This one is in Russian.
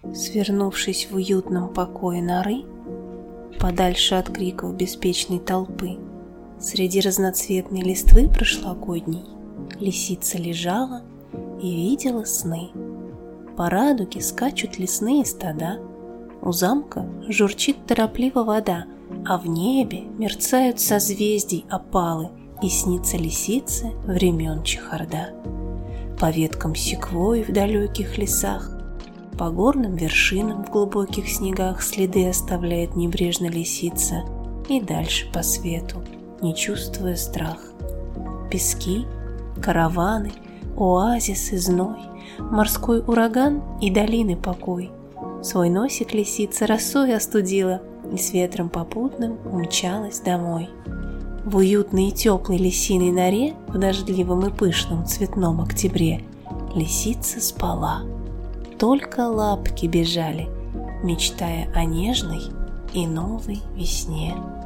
Свернувшись в уютном покое норы, подальше от криков беспечной толпы, среди разноцветной листвы прошлогодней лисица лежала и видела сны. По радуге скачут лесные стада, у замка журчит торопливо вода, а в небе мерцают созвездий опалы, и снится лисице времен чехарда. По веткам секвой в далеких лесах, по горным вершинам в глубоких снегах следы оставляет небрежно лисица и дальше по свету, не чувствуя страх. Пески, караваны, оазис и зной, морской ураган и долины покой. Свой носик лисица росой остудила и с ветром попутным умчалась домой. В уютной и теплой лисиной норе в дождливом и пышном цветном октябре лисица спала. Только лапки бежали, мечтая о нежной и новой весне.